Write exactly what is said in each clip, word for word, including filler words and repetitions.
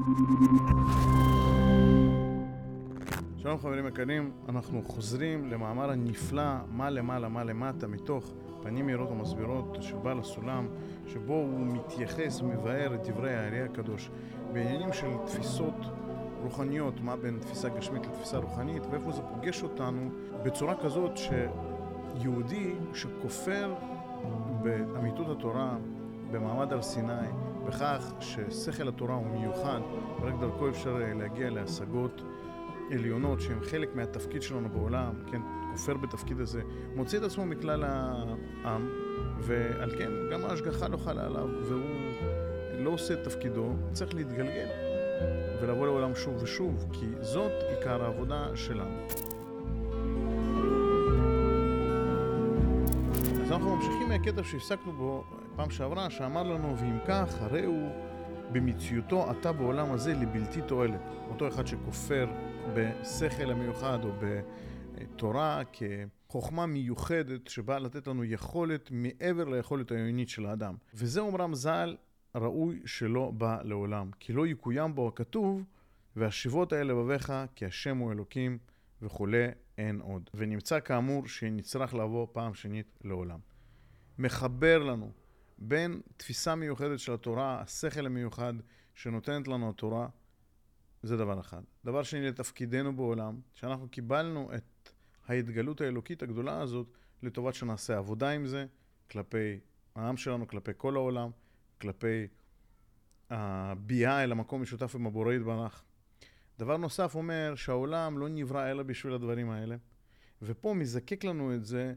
שלום חברים יקרים, אנחנו חוזרים למאמר הנפלא מה למעלה מה למטה מתוך פנים מאירות ומסבירות של בעל הסולם, שבו הוא מתייחס ומבאר את דברי הארי הקדוש בעניינים של תפיסות רוחניות, מה בין תפיסה גשמית לתפיסה רוחנית, ואיפה זה פוגש אותנו בצורה כזאת שיהודי שכופר באמיתות התורה, במעמד הר סיני, בכך ששכל התורה הוא מיוחד ורק דרכו אפשר להגיע להשגות עליונות שהם חלק מהתפקיד שלנו בעולם, כן, כופר בתפקיד הזה, מוציא את עצמו מכלל העם, ועל כן גם ההשגחה לא חלה עליו, והוא לא עושה את תפקידו, צריך להתגלגל ולבוא לעולם שוב ושוב, כי זאת עיקר העבודה שלנו. אז אנחנו ממשיכים מהקטע שהפסקנו בו פעם שעברה, שאמר לנו, ואם כך, הרי הוא במציאותו אתה בעולם הזה לבלתי תועלת. אותו אחד שכופר בשכל המיוחד או בתורה כחוכמה מיוחדת שבאה לתת לנו יכולת מעבר ליכולת העיונית של האדם. וזה אומרם ז"ל ראוי שלא בא לעולם, כי לא יקוים בו הכתוב והשיבות האלה לבביך כי השם הוא אלוקים וכולי אין עוד. ונמצא כאמור שנצטרך לבוא פעם שנית לעולם. מחבר לנו בין תפיסה מיוחדת של התורה, השכל המיוחד שנותנת לנו התורה, זה דבר אחד. דבר שני, לתפקידנו בעולם, שאנחנו קיבלנו את ההתגלות האלוקית הגדולה הזאת לטובת שנעשה עבודה עם זה, כלפי העם שלנו, כלפי כל העולם, כלפי הביאה אל המקום משותף עם הבורא יתברך. דבר נוסף אומר שהעולם לא נברא אלא בשביל הדברים האלה, ופה מזקק לנו את זה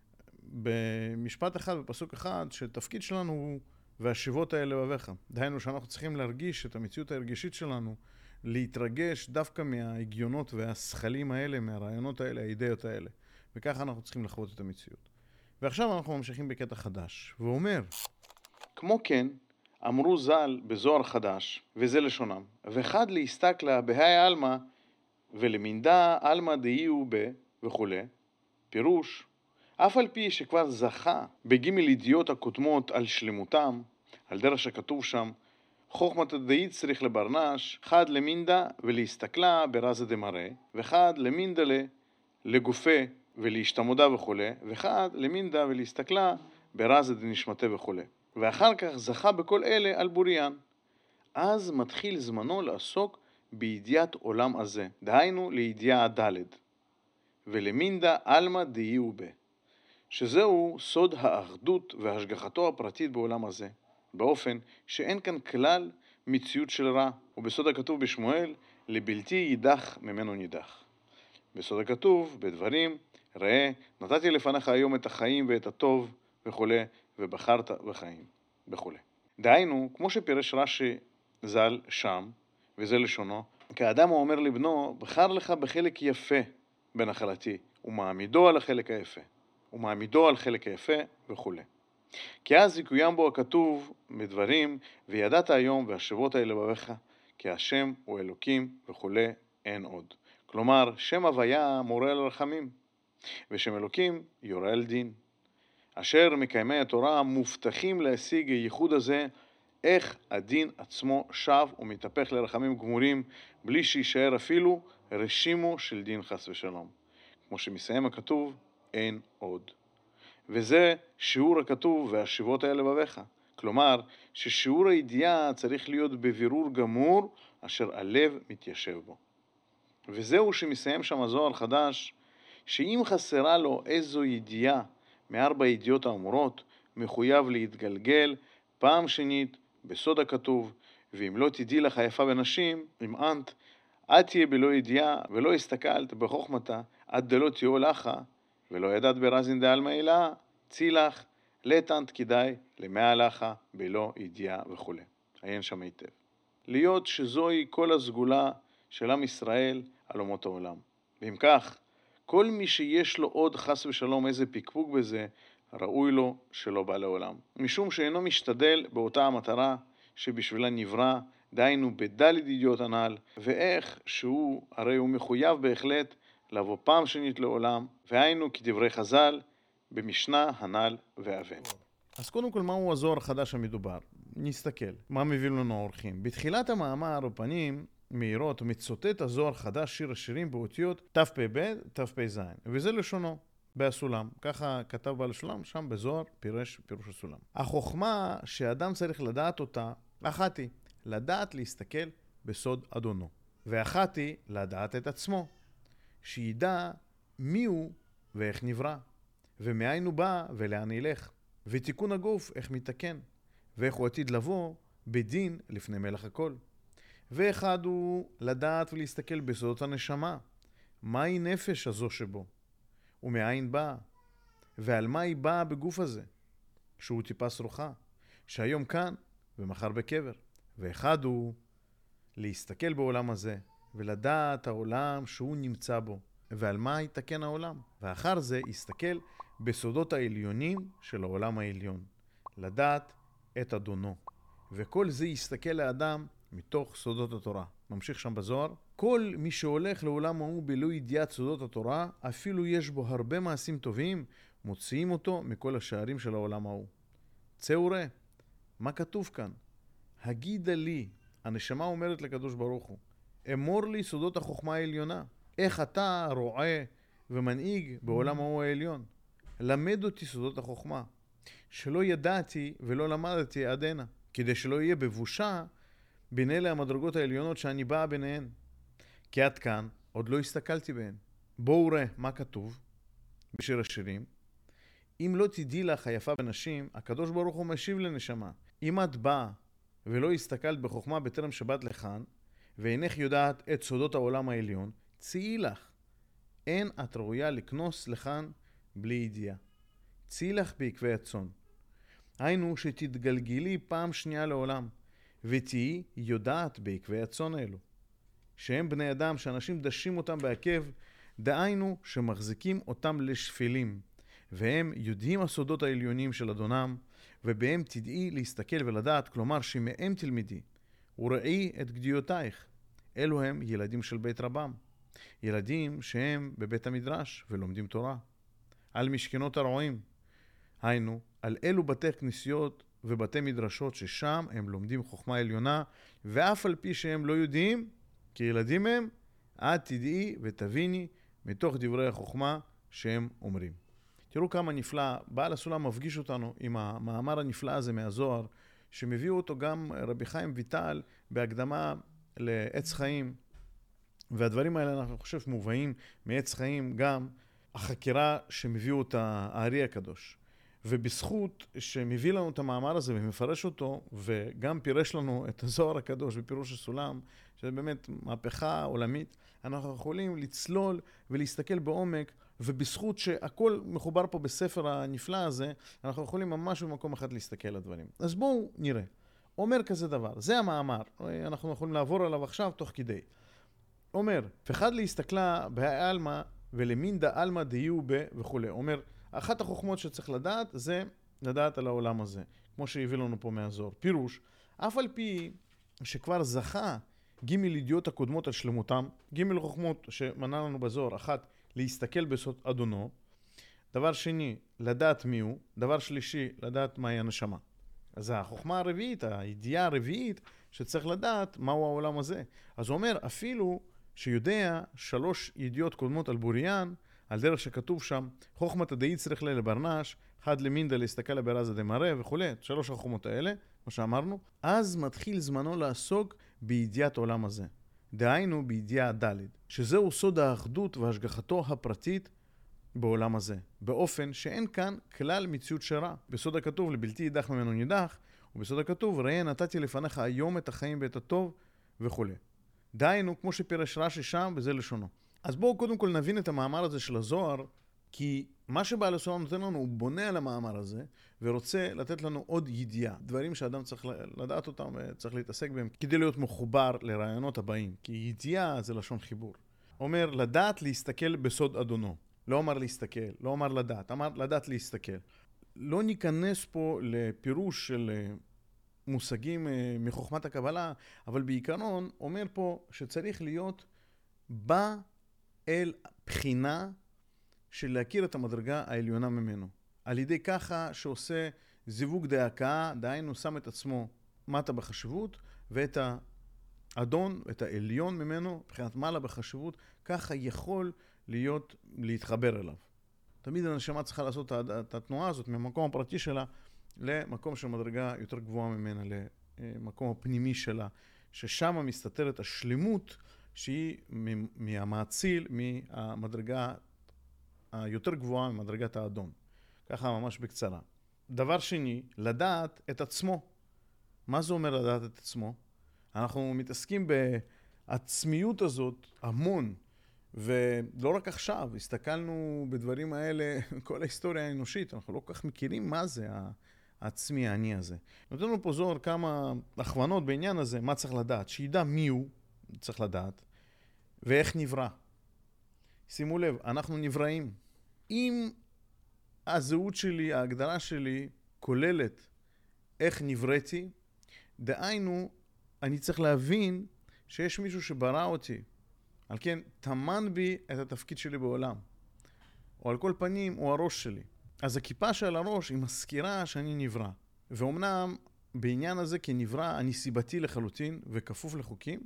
במשפט אחד, בפסוק אחד, שתפקיד שלנו הוא והשיבות האלה לבביך. דהיינו שאנחנו צריכים להרגיש את המציאות ההרגשית שלנו, להתרגש דווקא מההגיונות והשכלים האלה, מהרעיונות האלה, האידאות האלה. וככה אנחנו צריכים לחוות את המציאות. ועכשיו אנחנו ממשיכים בקטע חדש, ואומר, כמו כן, אמרו ז"ל בזוהר חדש, וזה לשונם, וחד להסתכלה בהאי אלמה, ולמינדה אלמה דהיו ב וכו', פירוש, אף על פי שכבר זכה בגימל ידיעות הקודמות על שלמותם, על דרך שכתוב שם, חוכמת דאית צריך לברנש, חד למינדה ולהסתכלה ברזה דמראה, וחד למינדה לגופה ולהשתמודה וכו', וחד למינדה ולהסתכלה ברזה דנשמתה וכו'. ואחר כך זכה בכל אלה על בוריין. אז מתחיל זמנו לעסוק בידיעת עולם הזה, דהיינו לידיעה הדלת. ולמינדה אלמה דהיו בה, שזהו סוד האחדות והשגחתו הפרטית בעולם הזה, באופן שאין כאן כלל מציאות של רע, ובסוד הכתוב בשמואל, לבלתי יידח ממנו נידח. בסוד הכתוב, בדברים, ראה, נתתי לפניך היום את החיים ואת הטוב וכו', ובחרת בחיים וכו'. דהיינו, כמו שפירש רש"י ז"ל שם, וזה לשונו, כאדם הוא אומר לבנו, בחר לך בחלק יפה בנחלתי, ומעמידו על החלק היפה, ומעמידו על חלק היפה וכו'. כי אז יקוים בו הכתוב בדברים, וידעת היום והשבות האלה לבביך, כי השם הוא אלוקים וכו' אין עוד. כלומר, שם הוויה מורה על רחמים, ושם אלוקים יורה על דין. אשר מקיימי התורה מובטחים להשיג הייחוד הזה, איך הדין עצמו שב ומתהפך לרחמים גמורים, בלי שישאר אפילו רשימו של דין חס ושלום. כמו שמסיים הכתוב, אין עוד. וזה שיעור הכתוב והשיבות האלה לבביך. כלומר, ששיעור הידיעה צריך להיות בבירור גמור, אשר הלב מתיישב בו. וזהו שמסיים שם הזוהר חדש, שאם חסרה לו איזו ידיעה מארבע ידיעות האמורות, מחויב להתגלגל פעם שנית בסוד הכתוב, ואם לא תדעי לך יפה בנשים, אם אנט, את תהיה בלא ידיעה ולא הסתכלת בחוכמתה, עד דלא תהיו לך, ולא ידעת ברזין דעלמא אלא, צי לך, לטנט כדאי, למאה לך, בלא ידיעה וכו'. עיין שם היטב. להיות שזוהי כל הסגולה של עם ישראל על אומות העולם. ואם כך, כל מי שיש לו עוד חס ושלום איזה פיקפוק בזה, ראוי לו שלא בא לעולם. משום שאינו משתדל באותה המטרה שבשבילה נברא, דהיינו בדלת ידיעות הנ"ל, ואיך שהוא, הרי הוא מחויב בהחלט לבוא פעם שנית לעולם, והיינו כדברי חז"ל, במשנה הנ"ל והבן. אז קודם כל, מהו הזוהר החדש המדובר? נסתכל. מה מביא לנו האורחים? בתחילת המאמר בפנים מהירות מצוטט הזוהר חדש שיר השירים באותיות תפ"ב, תפ"ז, וזה לשונו בסולם. ככה כתב בעל הסולם, שם בזוהר פירש פירוש הסולם. החוכמה שאדם צריך לדעת אותה, אחת היא לדעת להסתכל בסוד אדונו, ואחת היא לדעת את עצמו, שידע מי הוא ואיך נברא, ומאין הוא בא ולאן ילך, ותיקון הגוף איך מתקן, ואיך הוא עתיד לבוא בדין לפני מלך הכל. ואחד הוא לדעת ולהסתכל בסודות הנשמה, מהי נפש הזו שבו, ומאין באה, ועל מה היא באה בגוף הזה, שהוא טיפס רוחה, שהיום כאן ומחר בקבר. ואחד הוא להסתכל בעולם הזה, ולדעת העולם שהוא נמצא בו, ועל מה יתקן העולם. ואחר זה יסתכל בסודות העליונים של העולם העליון, לדעת את אדונו. וכל זה יסתכל לאדם מתוך סודות התורה. ממשיך שם בזוהר. כל מי שהולך לעולם ההוא בלא ידיעת סודות התורה, אפילו יש בו הרבה מעשים טובים, מוציאים אותו מכל השערים של העולם ההוא. צא וראה, מה כתוב כאן? הגידה לי, הנשמה אומרת לקדוש ברוך הוא, אמור לי סודות החוכמה העליונה. איך אתה רואה ומנהיג בעולם ההוא העליון? למד אותי סודות החוכמה, שלא ידעתי ולא למדתי עד הנה, כדי שלא יהיה בבושה בין אלה המדרגות העליונות שאני באה ביניהן. כי עד כאן עוד לא הסתכלתי בהן. בואו ראה מה כתוב בשיר השירים. אם לא תדעי לך היפה בנשים, הקדוש ברוך הוא משיב לנשמה. אם את באה ולא הסתכלת בחוכמה בטרם שבת לכאן, ואינך יודעת את סודות העולם העליון, צאי לך. אין את ראויה לקנוס לכאן בלי ידיעה. צאי לך בעקבי הצאן. היינו שתתגלגלי פעם שנייה לעולם, ותהי יודעת בעקבי הצאן האלו, שהם בני אדם שאנשים דשים אותם בעקב, דהיינו שמחזיקים אותם לשפלים, והם יודעים הסודות העליונים של אדונם, ובהם תדעי להסתכל ולדעת, כלומר שמהם תלמדי, וראי את גדיותייך. אלו הם ילדים של בית רבם, ילדים שהם בבית המדרש ולומדים תורה, על משכנות הרועים, היינו על אלו בתי כנסיות ובתי מדרשות ששם הם לומדים חוכמה עליונה, ואף על פי שהם לא יודעים, כי ילדים הם, את תדעי ותביני מתוך דברי החוכמה שהם אומרים. תראו כמה נפלא, בעל הסולם מפגיש אותנו עם המאמר הנפלא הזה מהזוהר, שמביאו אותו גם רבי חיים ויטל בהקדמה לעץ חיים, והדברים האלה אנחנו חושב מובאים מעץ חיים גם החקירה שמביאו אותה הארי הקדוש. ובזכות שמביא לנו את המאמר הזה ומפרש אותו, וגם פירש לנו את הזוהר הקדוש בפירוש הסולם, שזה באמת מהפכה עולמית, אנחנו יכולים לצלול ולהסתכל בעומק, ובזכות שהכל מחובר פה בספר הנפלא הזה, אנחנו יכולים ממש במקום אחד להסתכל על הדברים. אז בואו נראה. אומר כזה דבר, זה המאמר, אנחנו יכולים לעבור עליו עכשיו תוך כדי. אומר, פחד להסתכלה בהעלמה ולמינדה אלמה דיו ב וכו'. אומר, אחת החוכמות שצריך לדעת זה לדעת על העולם הזה, כמו שהביא לנו פה מהזוהר. פירוש, אף על פי שכבר זכה ג' ידיעות הקודמות על שלמותם, ג' חוכמות שמנה לנו בזוהר, אחת, להסתכל בסוד אדונו, דבר שני, לדעת מי הוא, דבר שלישי, לדעת מהי הנשמה. אז החוכמה הרביעית, הידיעה הרביעית, שצריך לדעת מהו העולם הזה. אז הוא אומר, אפילו שיודע שלוש ידיעות קודמות על בוריין, על דרך שכתוב שם, חוכמת הדאית צריך לברנש, חד למינדה להסתכל לברזה דמראה וכו', שלוש החוכמות האלה, כמו שאמרנו, אז מתחיל זמנו לעסוק בידיעת העולם הזה. דהיינו בידיעה ד', שזהו סוד האחדות והשגחתו הפרטית בעולם הזה, באופן שאין כאן כלל מציאות שרה. בסוד הכתוב לבלתי יידח ממנו נידח, ובסוד הכתוב ראה נתתי לפניך היום את החיים ואת הטוב וכו'. דהיינו, כמו שפירש רש"י שם, וזה לשונו. אז בואו קודם כל נבין את המאמר הזה של הזוהר, כי מה שבעל הסולם נותן לנו, הוא בונה על המאמר הזה, ורוצה לתת לנו עוד ידיעה, דברים שאדם צריך לדעת אותם וצריך להתעסק בהם, כדי להיות מחובר לרעיונות הבאים, כי ידיעה זה לשון חיבור. אומר, לדעת להסתכל בסוד אדונו. לא אמר להסתכל, לא אמר לדעת, אמר לדעת להסתכל. לא ניכנס פה לפירוש של מושגים מחוכמת הקבלה, אבל בעיקרון אומר פה שצריך להיות בא אל בחינה של להכיר את המדרגה העליונה ממנו. על ידי ככה שעושה זיווג דהקאה, דהיינו שם את עצמו מטה בחשיבות, ואת האדון, את העליון ממנו, מבחינת מעלה בחשיבות, ככה יכול להיות, להתחבר אליו. תמיד הנשמה צריכה לעשות את התנועה הזאת מהמקום הפרטי שלה למקום של מדרגה יותר גבוהה ממנה, למקום הפנימי שלה, ששם מסתתרת השלמות שהיא מהמאציל, מהמדרגה היותר גבוהה ממדרגת האדון. ככה ממש בקצרה. דבר שני, לדעת את עצמו. מה זה אומר לדעת את עצמו? אנחנו מתעסקים בעצמיות הזאת המון, ולא רק עכשיו, הסתכלנו בדברים האלה, כל ההיסטוריה האנושית, אנחנו לא כל כך מכירים מה זה העצמי העני הזה. נותן לנו פה זוהר כמה הכוונות בעניין הזה, מה צריך לדעת. שידע מי הוא, צריך לדעת, ואיך נברא. שימו לב, אנחנו נבראים. אם הזהות שלי, ההגדרה שלי, כוללת איך נבראתי, דהיינו, אני צריך להבין שיש מישהו שברא אותי. על כן, תמן בי את התפקיד שלי בעולם. או על כל פנים, הוא הראש שלי. אז הכיפה של הראש היא מזכירה שאני נברא. ואומנם, בעניין הזה כנברא, אני סיבתי לחלוטין וכפוף לחוקים.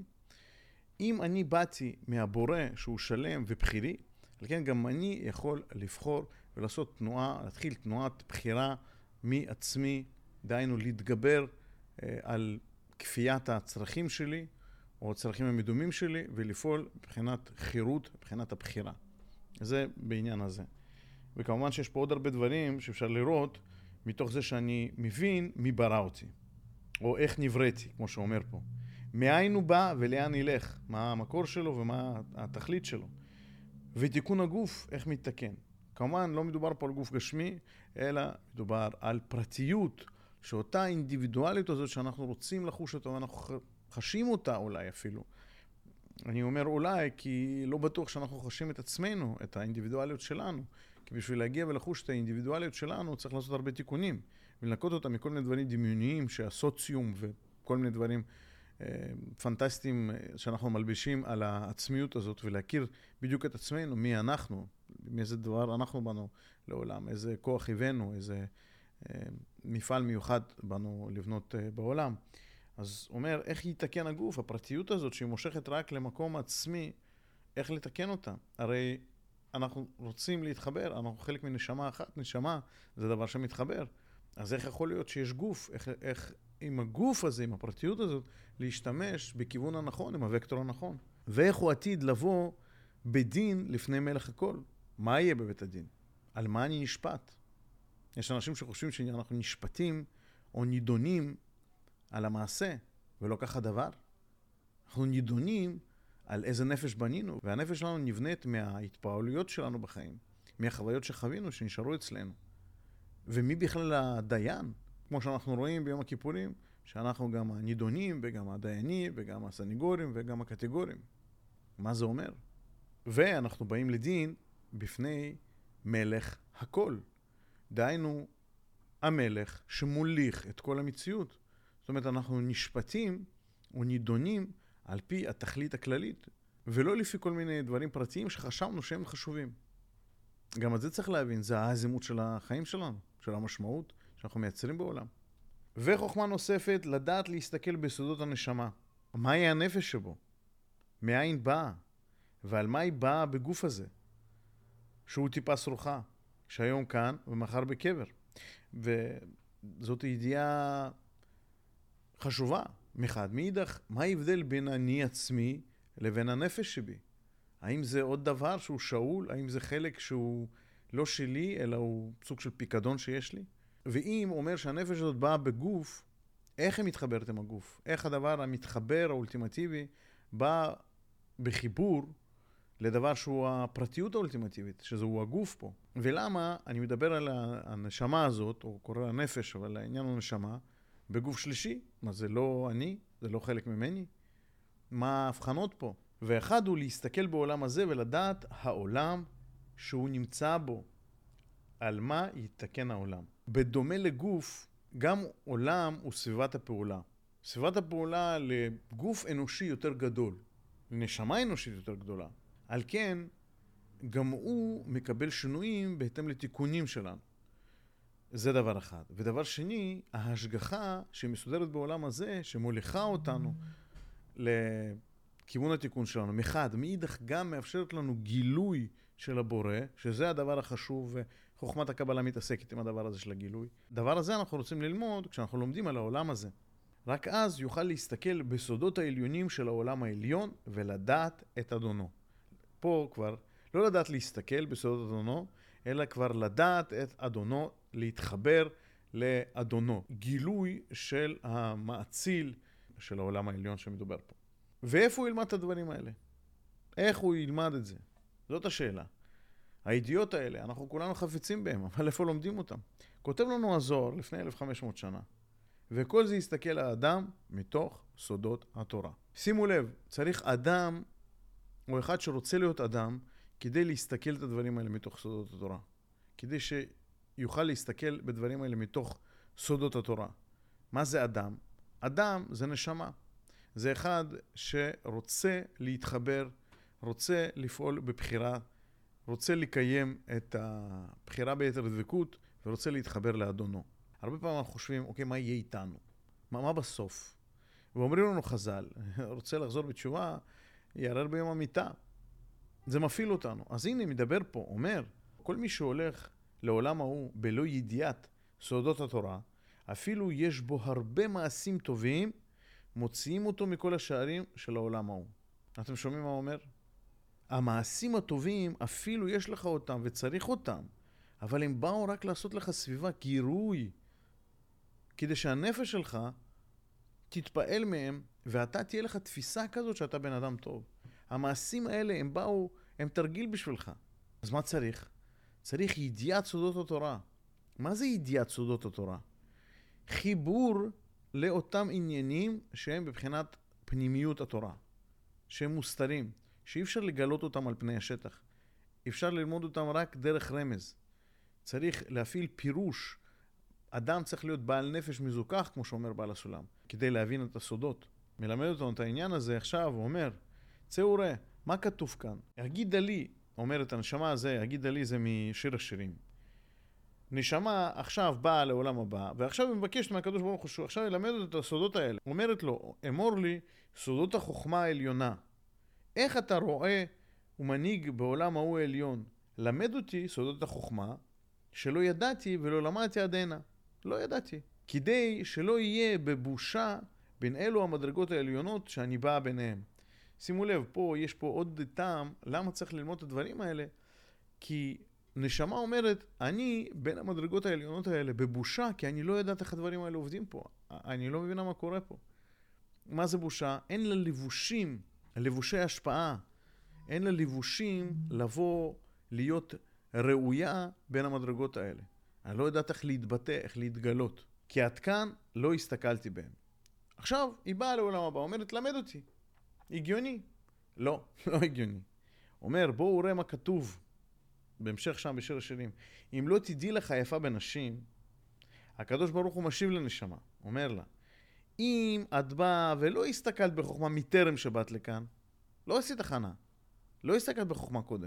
אם אני באתי מהבורא שהוא שלם ובחירי, על כן גם אני יכול לבחור ולעשות תנועה, להתחיל תנועת בחירה מעצמי, דהיינו להתגבר אה, על כפיית הצרכים שלי, או הצרכים המדומים שלי, ולפעול מבחינת חירות, מבחינת הבחירה. זה בעניין הזה. וכמובן שיש פה עוד הרבה דברים שאפשר לראות, מתוך זה שאני מבין מי ברא אותי, או איך נבראתי, כמו שאומר פה. מאין הוא בא ולאן ילך, מה המקור שלו ומה התכלית שלו. ותיקון הגוף, איך מתתקן. כמובן לא מדובר פה על גוף גשמי, אלא מדובר על פרטיות, שאותה אינדיבידואלית הזאת שאנחנו רוצים לחוש אותה, ואנחנו חשים אותה אולי אפילו. אני אומר אולי, כי לא בטוח שאנחנו חשים את עצמנו, את האינדיבידואליות שלנו. כי בשביל להגיע ולחוש את האינדיבידואליות שלנו, צריך לעשות הרבה תיקונים. ולנקות אותה מכל מיני דברים דמיוניים, שהסוציום וכל מיני דברים אה, פנטסטיים שאנחנו מלבישים על העצמיות הזאת, ולהכיר בדיוק את עצמנו, מי אנחנו, מאיזה דבר אנחנו בנו לעולם, איזה כוח הבאנו, איזה אה, מפעל מיוחד בנו לבנות אה, בעולם. אז אומר, איך יתקן הגוף? הפרטיות הזאת שהיא מושכת רק למקום עצמי, איך לתקן אותה? הרי אנחנו רוצים להתחבר, אנחנו חלק מנשמה אחת, נשמה זה דבר שמתחבר. אז איך יכול להיות שיש גוף? איך, איך עם הגוף הזה, עם הפרטיות הזאת, להשתמש בכיוון הנכון, עם הוקטור הנכון? ואיך הוא עתיד לבוא בדין לפני מלך הכל? מה יהיה בבית הדין? על מה אני נשפט? יש אנשים שחושבים שאנחנו נשפטים או נידונים על המעשה, ולא ככה דבר. אנחנו נידונים על איזה נפש בנינו, והנפש שלנו נבנית מההתפעלויות שלנו בחיים, מהחוויות שחווינו, שנשארו אצלנו. ומי בכלל הדיין? כמו שאנחנו רואים ביום הכיפורים, שאנחנו גם הנידונים, וגם הדיינים, וגם הסניגורים, וגם הקטגורים. מה זה אומר? ואנחנו באים לדין בפני מלך הכל. דהיינו, המלך שמוליך את כל המציאות. זאת אומרת, אנחנו נשפטים או נידונים על פי התכלית הכללית, ולא לפי כל מיני דברים פרטיים שחשבנו שהם חשובים. גם את זה צריך להבין, זה האזימות של החיים שלנו, של המשמעות שאנחנו מייצרים בעולם. וחוכמה נוספת, לדעת להסתכל ביסודות הנשמה. מהי הנפש שבו? מאין באה? ועל מה היא באה בגוף הזה? שהוא טיפה סרוחה, שהיום כאן ומחר בקבר. וזאת ידיעה חשובה. מחד, מאידך, מה ההבדל בין אני עצמי לבין הנפש שבי? האם זה עוד דבר שהוא שאול? האם זה חלק שהוא לא שלי, אלא הוא סוג של פיקדון שיש לי? ואם אומר שהנפש הזאת באה בגוף, איך היא מתחברת עם הגוף? איך הדבר המתחבר האולטימטיבי בא בחיבור לדבר שהוא הפרטיות האולטימטיבית, שזהו הגוף פה? ולמה אני מדבר על הנשמה הזאת, או קורא לנפש, אבל העניין הוא נשמה, בגוף שלישי? מה, זה לא אני? זה לא חלק ממני? מה ההבחנות פה? ואחד הוא להסתכל בעולם הזה ולדעת העולם שהוא נמצא בו. על מה יתקן העולם. בדומה לגוף, גם עולם הוא סביבת הפעולה. סביבת הפעולה לגוף אנושי יותר גדול, לנשמה אנושית יותר גדולה. על כן, גם הוא מקבל שינויים בהתאם לתיקונים שלנו. זה דבר אחד. ודבר שני, ההשגחה שמסודרת בעולם הזה, שמוליכה אותנו לכיוון התיקון שלנו. מחד, מאידך גם מאפשרת לנו גילוי של הבורא, שזה הדבר החשוב, וחוכמת הקבלה מתעסקת עם הדבר הזה של הגילוי. דבר הזה אנחנו רוצים ללמוד כשאנחנו לומדים על העולם הזה. רק אז יוכל להסתכל בסודות העליונים של העולם העליון ולדעת את אדונו. פה כבר לא לדעת להסתכל בסודות אדונו, אלא כבר לדעת את אדונו, להתחבר לאדונו. גילוי של המאציל של העולם העליון שמדובר פה. ואיפה הוא ילמד את הדברים האלה? איך הוא ילמד את זה? זאת השאלה. הידיעות האלה, אנחנו כולנו חפצים בהם, אבל איפה לומדים אותם? כותב לנו הזוהר לפני אלף וחמש מאות שנה, וכל זה יסתכל על האדם מתוך סודות התורה. שימו לב, צריך אדם, או אחד שרוצה להיות אדם, כדי להסתכל את הדברים האלה מתוך סודות התורה. כדי שיוכל להסתכל בדברים האלה מתוך סודות התורה. מה זה אדם? אדם זה נשמה. זה אחד שרוצה להתחבר, רוצה לפעול בבחירה, רוצה לקיים את הבחירה ביתר דבקות, ורוצה להתחבר לאדונו. הרבה פעמים אנחנו חושבים, אוקיי, מה יהיה איתנו? מה, מה בסוף? ואומרים לנו חז"ל, רוצה לחזור בתשובה, יערער ביום המיטה. זה מפעיל אותנו. אז הנה, מדבר פה, אומר, כל מי שהולך לעולם ההוא בלא ידיעת סודות התורה, אפילו יש בו הרבה מעשים טובים, מוציאים אותו מכל השערים של העולם ההוא. אתם שומעים מה הוא אומר? המעשים הטובים, אפילו יש לך אותם וצריך אותם, אבל הם באו רק לעשות לך סביבה גירוי, כדי שהנפש שלך תתפעל מהם, ואתה תהיה לך תפיסה כזאת שאתה בן אדם טוב. המעשים האלה הם באו, הם תרגיל בשבילך. אז מה צריך? צריך ידיעת סודות התורה. מה זה ידיעת סודות התורה? חיבור לאותם עניינים שהם בבחינת פנימיות התורה, שהם מוסתרים, שאי אפשר לגלות אותם על פני השטח. אפשר ללמוד אותם רק דרך רמז. צריך להפעיל פירוש. אדם צריך להיות בעל נפש מזוכח, כמו שאומר בעל הסולם, כדי להבין את הסודות. מלמד אותנו את העניין הזה עכשיו, הוא אומר, צאו ראה, מה כתוב כאן? הגידה לי, אומרת הנשמה הזה, הגידה לי זה משיר השירים. נשמה עכשיו באה לעולם הבא, ועכשיו היא מבקשת מהקדוש ברוך הוא שהוא עכשיו ילמד את הסודות האלה. אומרת לו, אמור לי סודות החוכמה העליונה. איך אתה רואה ומנהיג בעולם ההוא העליון? למד אותי סודות החוכמה שלא ידעתי ולא למדתי עד הנה. לא ידעתי. כדי שלא יהיה בבושה בין אלו המדרגות העליונות שאני בא ביניהם. שימו לב, פה יש פה עוד טעם, למה צריך ללמוד את הדברים האלה? כי נשמה אומרת, אני בין המדרגות העליונות האלה בבושה, כי אני לא יודעת איך הדברים האלה עובדים פה. אני לא מבינה מה קורה פה. מה זה בושה? אין לה לבושים, לבושי השפעה. אין לה לבושים לבוא, להיות ראויה בין המדרגות האלה. אני לא יודעת איך להתבטא, איך להתגלות. כי עד כאן לא הסתכלתי בהם. עכשיו, היא באה לעולם הבא, אומרת, למד אותי. הגיוני? לא, לא הגיוני. אומר, בואו ראה מה כתוב. בהמשך שם בשיר השירים. אם לא תדעי לך יפה בנשים, הקדוש ברוך הוא משיב לנשמה. אומר לה, אם את באה ולא הסתכלת בחוכמה מטרם שבאת לכאן, לא עשית הכנה. לא הסתכלת בחוכמה קודם.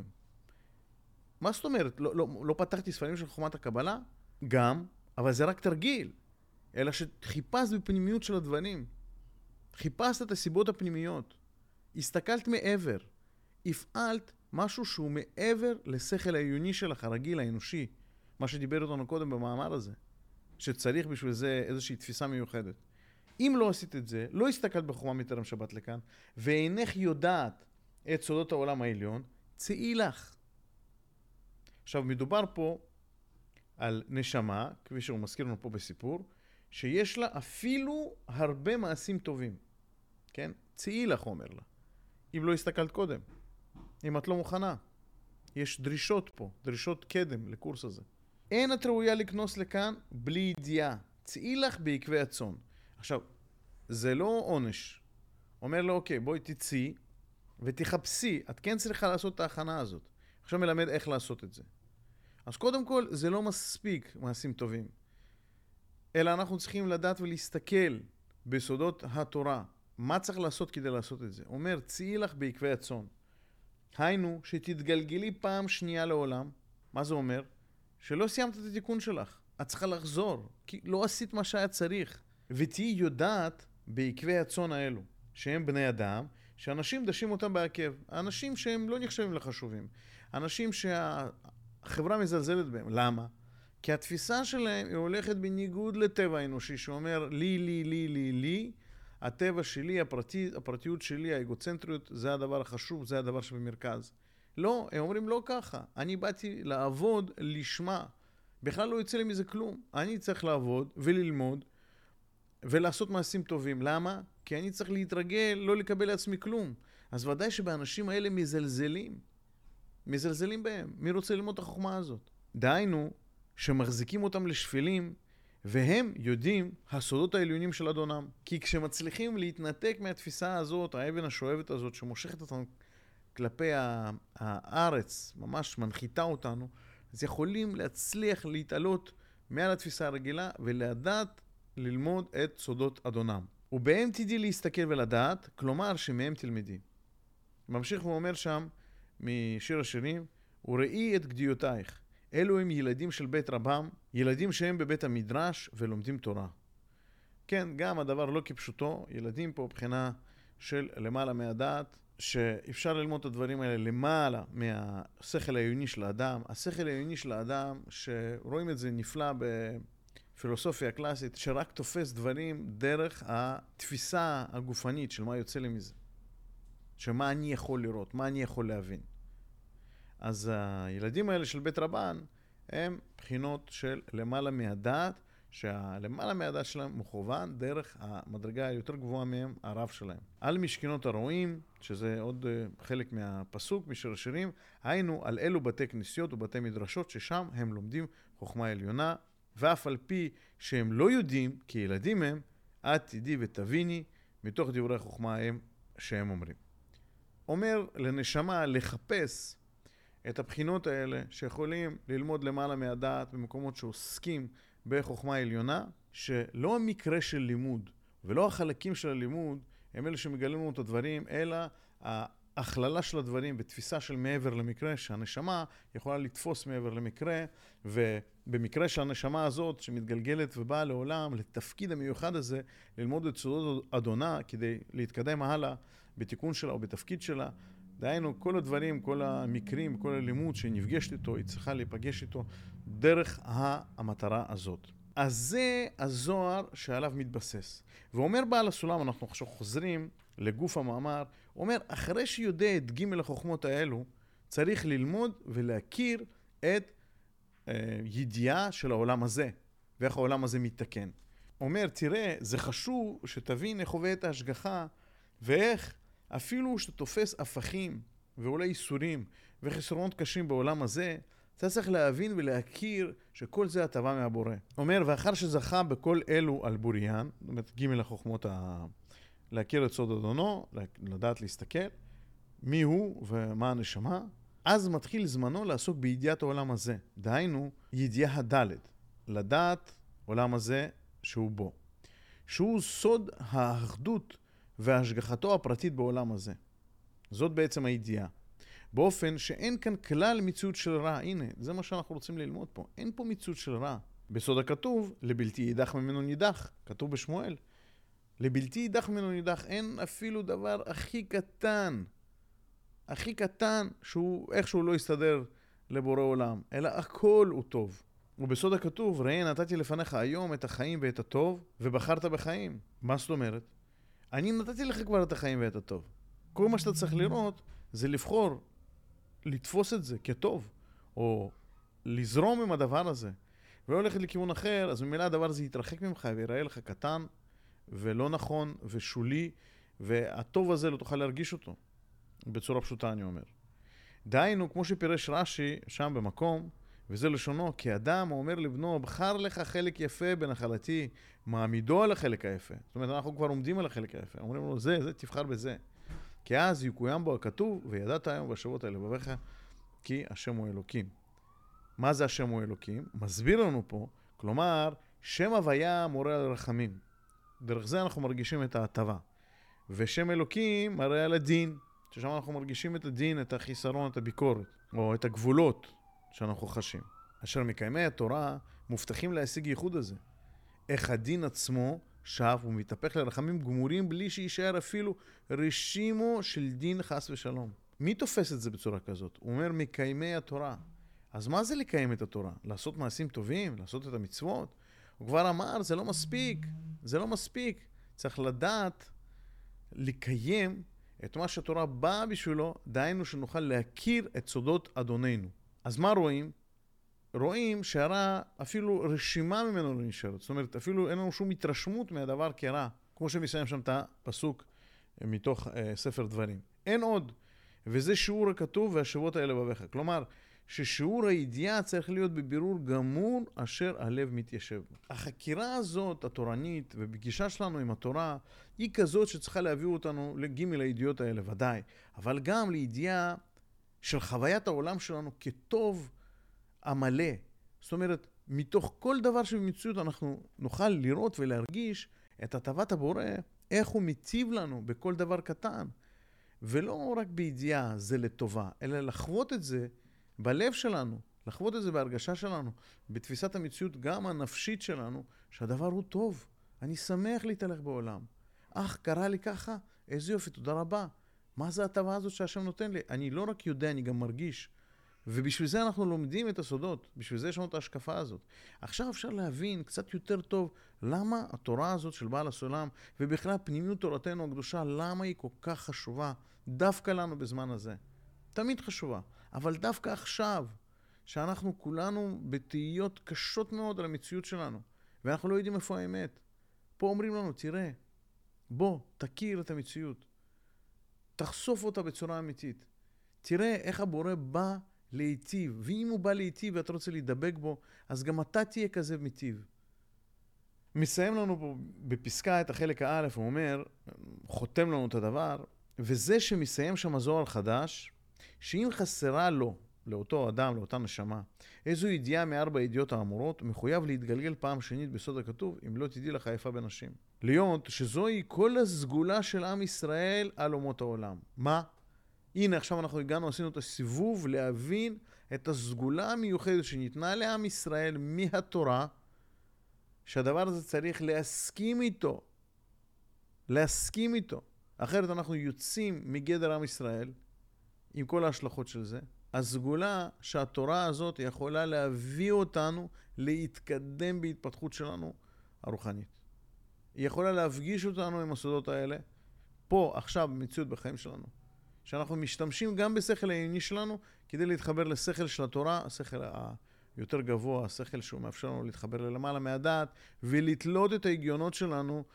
מה זאת אומרת? לא, לא, לא פתחתי ספרים של חוכמת הקבלה? גם, אבל זה רק תרגיל. אלא שחיפשת בפנימיות של הדברים. חיפשת את הסיבות הפנימיות. הסתכלת מעבר. הפעלת משהו שהוא מעבר לשכל העיוני שלך, הרגיל, האנושי. מה שדיבר אותנו קודם במאמר הזה. שצריך בשביל זה איזושהי תפיסה מיוחדת. אם לא עשית את זה, לא הסתכלת בחוכמה מטרם שבת לכאן, ואינך יודעת את סודות העולם העליון, צאי לך. עכשיו, מדובר פה על נשמה, כפי שהוא מזכיר לנו פה בסיפור, שיש לה אפילו הרבה מעשים טובים. כן? צאי לך, אומר לה. אם לא הסתכלת קודם. אם את לא מוכנה. יש דרישות פה, דרישות קדם לקורס הזה. אין את ראויה לקנוס לכאן בלי ידיעה. צאי לך בעקבי הצאן. עכשיו, זה לא עונש. אומר לו, אוקיי, בואי תצאי ותחפשי. את כן צריכה לעשות את ההכנה הזאת. עכשיו מלמד איך לעשות את זה. אז קודם כל, זה לא מספיק מעשים טובים. אלא אנחנו צריכים לדעת ולהסתכל בסודות התורה. מה צריך לעשות כדי לעשות את זה? אומר, צאי לך בעקבי הצאן. היינו, שתתגלגלי פעם שנייה לעולם. מה זה אומר? שלא סיימת את התיקון שלך. את צריכה לחזור, כי לא עשית מה שהיה צריך. ותהי יודעת בעקבי הצאן האלו, שהם בני אדם, שאנשים דשים אותם בעקב. אנשים שהם לא נחשבים לחשובים. אנשים שהחברה מזלזלת בהם. למה? כי התפיסה שלהם היא הולכת בניגוד לטבע האנושי, שאומר לי, לי, לי, לי, לי, הטבע שלי, הפרטי, הפרטיות שלי, האגוצנטריות, זה הדבר החשוב, זה הדבר שבמרכז. לא, הם אומרים לא ככה. אני באתי לעבוד לשמה. בכלל לא יוצא לי מזה כלום. אני צריך לעבוד וללמוד ולעשות מעשים טובים. למה? כי אני צריך להתרגל, לא לקבל לעצמי כלום. אז ודאי שבאנשים האלה מזלזלים. מזלזלים בהם. מי רוצה ללמוד את החוכמה הזאת? דהיינו, שמחזיקים אותם לשפלים, והם יודעים הסודות העליונים של אדונם. כי כשמצליחים להתנתק מהתפיסה הזאת, האבן השואבת הזאת, שמושכת אותנו כלפי הארץ, ממש מנחיתה אותנו, אז יכולים להצליח להתעלות מעל התפיסה הרגילה, ולדעת ללמוד את סודות אדונם. ובהם תדעי להסתכל ולדעת, כלומר שמהם תלמדי. ממשיך ואומר שם, משיר השירים, וראי את גדיותייך. אלו הם ילדים של בית רבם, ילדים שהם בבית המדרש ולומדים תורה. כן, גם הדבר לא כפשוטו, ילדים פה בחינה של למעלה מהדעת, שאפשר ללמוד את הדברים האלה למעלה מהשכל העיוני של האדם. השכל העיוני של האדם, שרואים את זה נפלא בפילוסופיה הקלאסית, שרק תופס דברים דרך התפיסה הגופנית של מה יוצא לי מזה. שמה אני יכול לראות, מה אני יכול להבין. אז הילדים האלה של בית רבן הם בחינות של למעלה מהדעת, שהלמעלה מהדעת שלהם מוכוון דרך המדרגה היותר גבוהה מהם, הרב שלהם. על משכנות הרועים, שזה עוד חלק מהפסוק משיר השירים, היינו על אלו בתי כנסיות ובתי מדרשות ששם הם לומדים חוכמה עליונה, ואף על פי שהם לא יודעים, כי ילדים הם, את תדעי ותביני מתוך דברי חוכמה הם שהם אומרים. אומר לנשמה לחפש את הבחינות האלה שיכולים ללמוד למעלה מהדעת במקומות שעוסקים בחוכמה עליונה, שלא המקרה של לימוד ולא החלקים של הלימוד הם אלה שמגלים לנו את הדברים, אלא ההכללה של הדברים בתפיסה של מעבר למקרה, שהנשמה יכולה לתפוס מעבר למקרה, ובמקרה של הנשמה הזאת שמתגלגלת ובאה לעולם לתפקיד המיוחד הזה, ללמוד את סודות אדונה כדי להתקדם הלאה בתיקון שלה או בתפקיד שלה. דהיינו, כל הדברים, כל המקרים, כל הלימוד שנפגשת איתו, היא צריכה להיפגש איתו דרך המטרה הזאת. אז זה הזוהר שעליו מתבסס. ואומר בעל הסולם, אנחנו עכשיו חוזרים לגוף המאמר, אומר, אחרי שיודע את ג' החוכמות האלו, צריך ללמוד ולהכיר את אה, ידיעה של העולם הזה, ואיך העולם הזה מתתקן. אומר, תראה, זה חשוב שתבין איך עובדת ההשגחה, ואיך אפילו שאתה תופס הפכים ואולי איסורים וחסרונות קשים בעולם הזה, אתה צריך להבין ולהכיר שכל זה הטבה מהבורא. אומר, ואחר שזכה בכל אלו על בוריין, זאת אומרת, ג' החוכמות, ה... להכיר את סוד אדונו, לדעת להסתכל, מי הוא ומה הנשמה, אז מתחיל זמנו לעסוק בידיעת העולם הזה. דהיינו, ידיעה הדלת, לדעת עולם הזה שהוא בו. שהוא סוד האחדות והשגחתו הפרטית בעולם הזה. זאת בעצם הידיעה. באופן שאין כאן כלל מציאות של רע. הנה, זה מה שאנחנו רוצים ללמוד פה. אין פה מציאות של רע. בסוד הכתוב, לבלתי יידח ממנו נידח. כתוב בשמואל. לבלתי יידח ממנו נידח. אין אפילו דבר הכי קטן, הכי קטן, שהוא איכשהו לא יסתדר לבורא עולם. אלא הכל הוא טוב. ובסוד הכתוב, ראה נתתי לפניך היום את החיים ואת הטוב, ובחרת בחיים. מה זאת אומרת? אני נתתי לך כבר את החיים ואת הטוב. כל מה שאתה צריך לראות זה לבחור, לתפוס את זה כטוב, או לזרום עם הדבר הזה, ולא ללכת לכיוון אחר, אז ממילא הדבר הזה יתרחק ממך ויראה לך קטן, ולא נכון, ושולי, והטוב הזה לא תוכל להרגיש אותו. בצורה פשוטה אני אומר. דהיינו, כמו שפירש רש"י שם במקום, וזה לשונו, כי אדם אומר לבנו, בחר לך חלק יפה בנחלתי, מעמידו על החלק היפה. זאת אומרת, אנחנו כבר עומדים על החלק היפה. אומרים לו, זה, זה, תבחר בזה. כי אז יקוים בו הכתוב, וידעת היום בשבועות האלה בבך, כי השם הוא אלוקים. מה זה השם הוא אלוקים? מסביר לנו פה, כלומר, שם הוויה מורה על רחמים. דרך זה אנחנו מרגישים את ההטבה. ושם אלוקים מראה על הדין, ששם אנחנו מרגישים את הדין, את החיסרון, את הביקורת, או את הגבולות שאנחנו חשים. אשר מקיימי התורה מובטחים להשיג ייחוד הזה. איך הדין עצמו שב ומתהפך לרחמים גמורים בלי שישאר אפילו רשימו של דין חס ושלום. מי תופס את זה בצורה כזאת? הוא אומר מקיימי התורה. אז מה זה לקיים את התורה? לעשות מעשים טובים? לעשות את המצוות? הוא כבר אמר, זה לא מספיק. זה לא מספיק. צריך לדעת לקיים את מה שהתורה באה בשבילו, דהיינו שנוכל להכיר את סודות אדוננו. אז מה רואים? רואים שהרע אפילו רשימה ממנו לא נשארת. זאת אומרת, אפילו אין לנו שום התרשמות מהדבר כרע. כמו שמסיים שם את הפסוק מתוך אה, ספר דברים. אין עוד. וזה שיעור הכתוב והשבות האלה בבך. כלומר, ששיעור הידיעה צריך להיות בבירור גמור אשר הלב מתיישב. החקירה הזאת, התורנית, ובגישה שלנו עם התורה, היא כזאת שצריכה להביא אותנו לגימל הידיעות האלה, ודאי. אבל גם לידיעה של חוויית העולם שלנו כטוב המלא. זאת אומרת, מתוך כל דבר שבמציאות אנחנו נוכל לראות ולהרגיש את הטבת הבורא, איך הוא מציב לנו בכל דבר קטן. ולא רק בידיעה, זה לטובה, אלא לחוות את זה בלב שלנו, לחוות את זה בהרגשה שלנו, בתפיסת המציאות גם הנפשית שלנו, שהדבר הוא טוב. אני שמח להתהלך בעולם. אך, קרה לי ככה? איזה יופי, תודה רבה. מה זה הטבה הזאת שהשם נותן לי? אני לא רק יודע, אני גם מרגיש. ובשביל זה אנחנו לומדים את הסודות, בשביל זה יש לנו את ההשקפה הזאת. עכשיו אפשר להבין קצת יותר טוב למה התורה הזאת של בעל הסולם, ובכלל פנימיות תורתנו הקדושה, למה היא כל כך חשובה דווקא לנו בזמן הזה. תמיד חשובה, אבל דווקא עכשיו, שאנחנו כולנו בתהיות קשות מאוד על המציאות שלנו, ואנחנו לא יודעים איפה האמת. פה אומרים לנו, תראה, בוא, תכיר את המציאות. תחשוף אותה בצורה אמיתית. תראה איך הבורא בא להיטיב, ואם הוא בא להיטיב ואתה רוצה להידבק בו, אז גם אתה תהיה כזה מיטיב. מסיים לנו פה בפסקה את החלק האלף, הוא אומר, חותם לנו את הדבר, וזה שמסיים שם הזוהר חדש, שאם חסרה לו, לאותו אדם, לאותה נשמה, איזו ידיעה מארבע ידיעות האמורות, מחויב להתגלגל פעם שנית בסוד הכתוב, אם לא תדעי לך יפה בנשים. להיות שזוהי כל הסגולה של עם ישראל על אומות העולם. מה? הנה, עכשיו אנחנו הגענו, עשינו את הסיבוב להבין את הסגולה המיוחדת שניתנה לעם ישראל מהתורה, שהדבר הזה צריך להסכים איתו. להסכים איתו. אחרת אנחנו יוצאים מגדר עם ישראל, עם כל ההשלכות של זה. הסגולה שהתורה הזאת יכולה להביא אותנו להתקדם בהתפתחות שלנו הרוחנית. היא יכולה להפגיש אותנו עם הסודות האלה, פה, עכשיו, במציאות בחיים שלנו. שאנחנו משתמשים גם בשכל הענייני שלנו, כדי להתחבר לשכל של התורה, השכל היותר גבוה, השכל שהוא מאפשר לנו להתחבר ללמעלה מהדעת, ולתלות את ההגיונות שלנו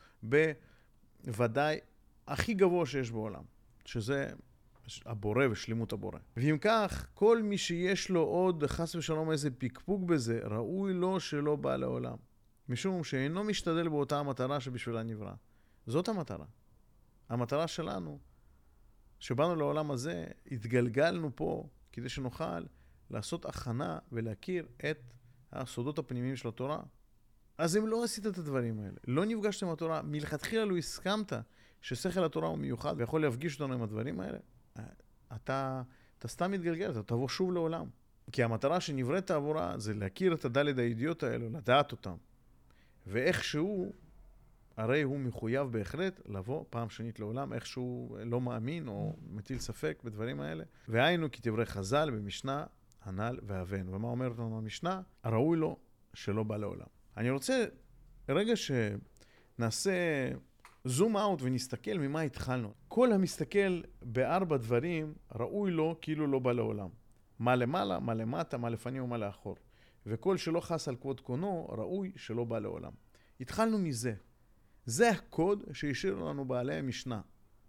בוודאי הכי גבוה שיש בעולם, שזה הבורא ושלימות הבורא. ואם כך, כל מי שיש לו עוד חס ושלום איזה פיקפוק בזה, ראוי לו שלא בא לעולם. משום שאינו משתדל באותה המטרה שבשבילה נברא. זאת המטרה. המטרה שלנו, שבאנו לעולם הזה, התגלגלנו פה כדי שנוכל לעשות הכנה ולהכיר את הסודות הפנימיים של התורה. אז אם לא עשית את הדברים האלה, לא נפגשת עם התורה, מלכתחילה לא הסכמת ששכל התורה הוא מיוחד ויכול להפגיש אותנו עם הדברים האלה, אתה, אתה סתם מתגלגל, אתה תבוא שוב לעולם. כי המטרה שנבראת עבורה זה להכיר את הדלת הידיעות האלו, לדעת אותם. ואיכשהו, הרי הוא מחויב בהחלט לבוא פעם שנית לעולם, איכשהו לא מאמין או מטיל ספק בדברים האלה. והיינו כדברי חז"ל במשנה, הנ"ל והבן. ומה אומרת לנו המשנה? הראוי לו שלא בא לעולם. אני רוצה רגע שנעשה זום אאוט ונסתכל ממה התחלנו. כל המסתכל בארבע דברים ראוי לו כאילו לא בא לעולם. מה למעלה, מה למטה, מה לפנים ומה לאחור. וכל שלא חס על כבוד קונו ראוי שלא בא לעולם. התחלנו מזה. זה הקוד שהשאיר לנו בעלי המשנה.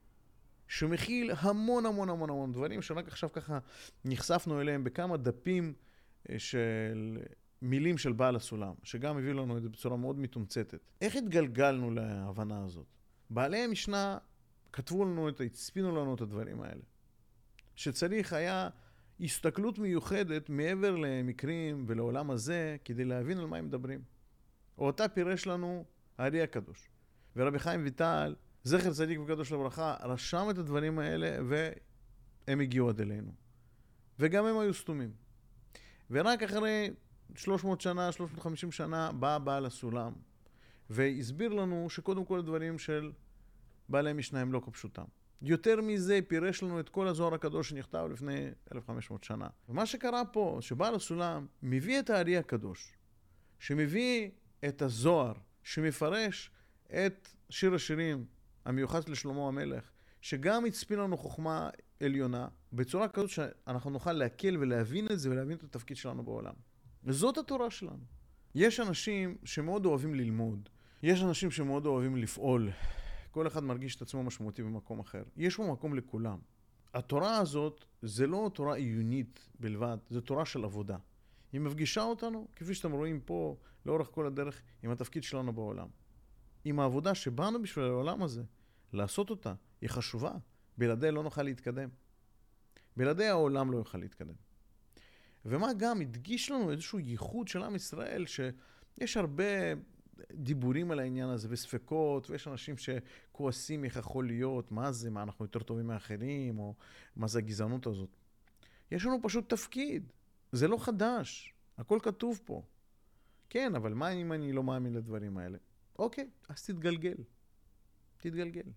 שמכיל המון המון המון המון דברים שרק עכשיו ככה נחשפנו אליהם בכמה דפים של מילים של בעל הסולם, שגם הביא לנו את זה בצורה מאוד מתומצתת. איך התגלגלנו להבנה הזאת? בעלי המשנה כתבו לנו, את, הצפינו לנו את הדברים האלה. שצריך היה הסתכלות מיוחדת מעבר למקרים ולעולם הזה, כדי להבין על מה הם מדברים. אותה פירש לנו הארי הקדוש. ורבי חיים ויטל, זכר צדיק וקדוש לברכה, רשם את הדברים האלה והם הגיעו עד אלינו. וגם הם היו סתומים. ורק אחרי שלוש מאות שנה, שלוש מאות וחמישים שנה, בא בעל הסולם, והסביר לנו שקודם כל הדברים של בעלי משנה הם לא כפשוטם. יותר מזה, פירש לנו את כל הזוהר הקדוש שנכתב לפני אלף וחמש מאות שנה. ומה שקרה פה, שבעל הסולם מביא את הארי הקדוש, שמביא את הזוהר, שמפרש את שיר השירים המיוחס לשלמה המלך, שגם הצפין לנו חוכמה עליונה, בצורה כזאת שאנחנו נוכל להקל ולהבין את זה ולהבין את התפקיד שלנו בעולם. וזאת התורה שלנו. יש אנשים שמאוד אוהבים ללמוד, יש אנשים שמאוד אוהבים לפעול, כל אחד מרגיש את עצמו משמעותי במקום אחר. יש פה מקום לכולם. התורה הזאת זה לא תורה עיונית בלבד, זה תורה של עבודה. היא מפגישה אותנו, כפי שאתם רואים פה, לאורך כל הדרך, עם התפקיד שלנו בעולם. עם העבודה שבאנו בשביל העולם הזה, לעשות אותה, היא חשובה. בלעדיה לא נוכל להתקדם. בלעדיה העולם לא יוכל להתקדם. ומה גם, הדגיש לנו איזשהו ייחוד של עם ישראל, שיש הרבה דיבורים על העניין הזה וספקות, ויש אנשים שכועסים איך יכול להיות, מה זה, מה אנחנו יותר טובים מאחרים, או מה זה הגזענות הזאת. יש לנו פשוט תפקיד. זה לא חדש. הכל כתוב פה. כן, אבל מה אם אני לא מאמין לדברים האלה? אוקיי, אז תתגלגל. תתגלגל.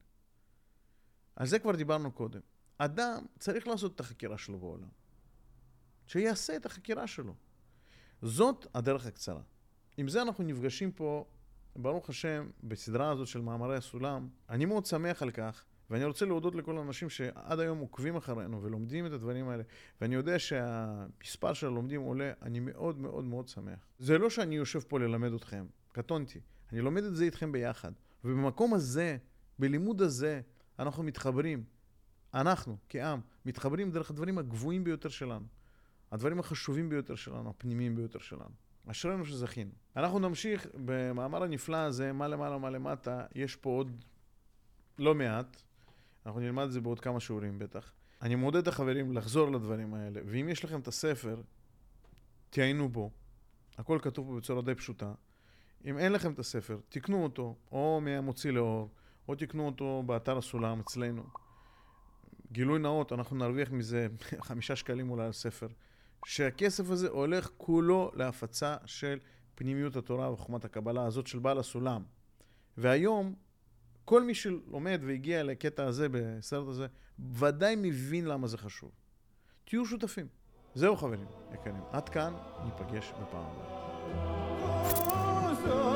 על זה כבר דיברנו קודם. אדם צריך לעשות את החקירה שלו בעולם. שיעשה את החקירה שלו. זאת הדרך הקצרה. עם זה אנחנו נפגשים פה, ברוך השם, בסדרה הזאת של מאמרי הסולם. אני מאוד שמח על כך, ואני רוצה להודות לכל האנשים שעד היום עוקבים אחרינו ולומדים את הדברים האלה, ואני יודע שהמספר של הלומדים עולה, אני מאוד מאוד מאוד שמח. זה לא שאני יושב פה ללמד אתכם, קטונתי. אני לומד את זה איתכם ביחד. ובמקום הזה, בלימוד הזה, אנחנו מתחברים. אנחנו, כעם, מתחברים דרך הדברים הגבוהים ביותר שלנו. הדברים החשובים ביותר שלנו, הפנימיים ביותר שלנו. אשרינו שזכינו. אנחנו נמשיך במאמר הנפלא הזה, מה למעלה, מה למטה. יש פה עוד לא מעט. אנחנו נלמד את זה בעוד כמה שיעורים בטח. אני מעודד את החברים לחזור לדברים האלה. ואם יש לכם את הספר, תעיינו בו. הכל כתוב פה בצורה די פשוטה. אם אין לכם את הספר, תקנו אותו, או מהמוציא לאור, או תקנו אותו באתר הסולם אצלנו. גילוי נאות, אנחנו נרוויח מזה חמישה שקלים אולי על ספר. שהכסף הזה הולך כולו להפצה של פנימיות התורה וחוכמת הקבלה הזאת של בעל הסולם. והיום, כל מי שלומד והגיע לקטע הזה בסרט הזה, ודאי מבין למה זה חשוב. תהיו שותפים. זהו חברים יקרים. עד כאן, ניפגש בפעם הבאה.